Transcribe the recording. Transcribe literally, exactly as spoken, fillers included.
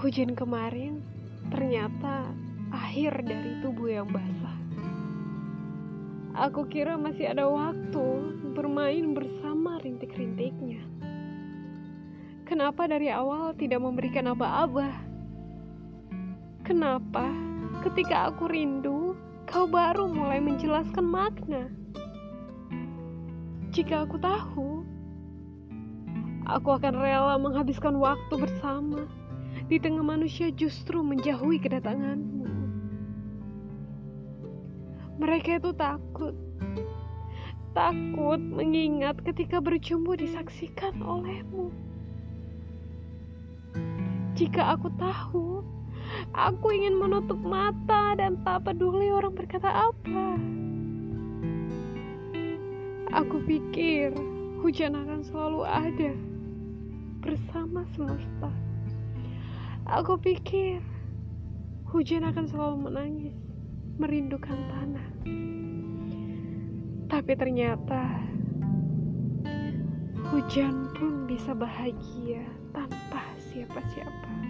Hujan kemarin ternyata akhir dari tubuh yang basah. Aku kira masih ada waktu bermain bersama rintik-rintiknya. Kenapa dari awal tidak memberikan aba-aba? Kenapa ketika aku rindu, kau baru mulai menjelaskan makna? Jika aku tahu, aku akan rela menghabiskan waktu bersama. Di tengah manusia justru menjauhi kedatanganmu. Mereka itu takut. Takut mengingat ketika berjumpa disaksikan olehmu. Jika aku tahu, aku ingin menutup mata dan tak peduli orang berkata apa. Aku pikir hujan akan selalu ada bersama semesta. Aku pikir hujan akan selalu menangis, merindukan tanah. Tapi ternyata hujan pun bisa bahagia tanpa siapa-siapa.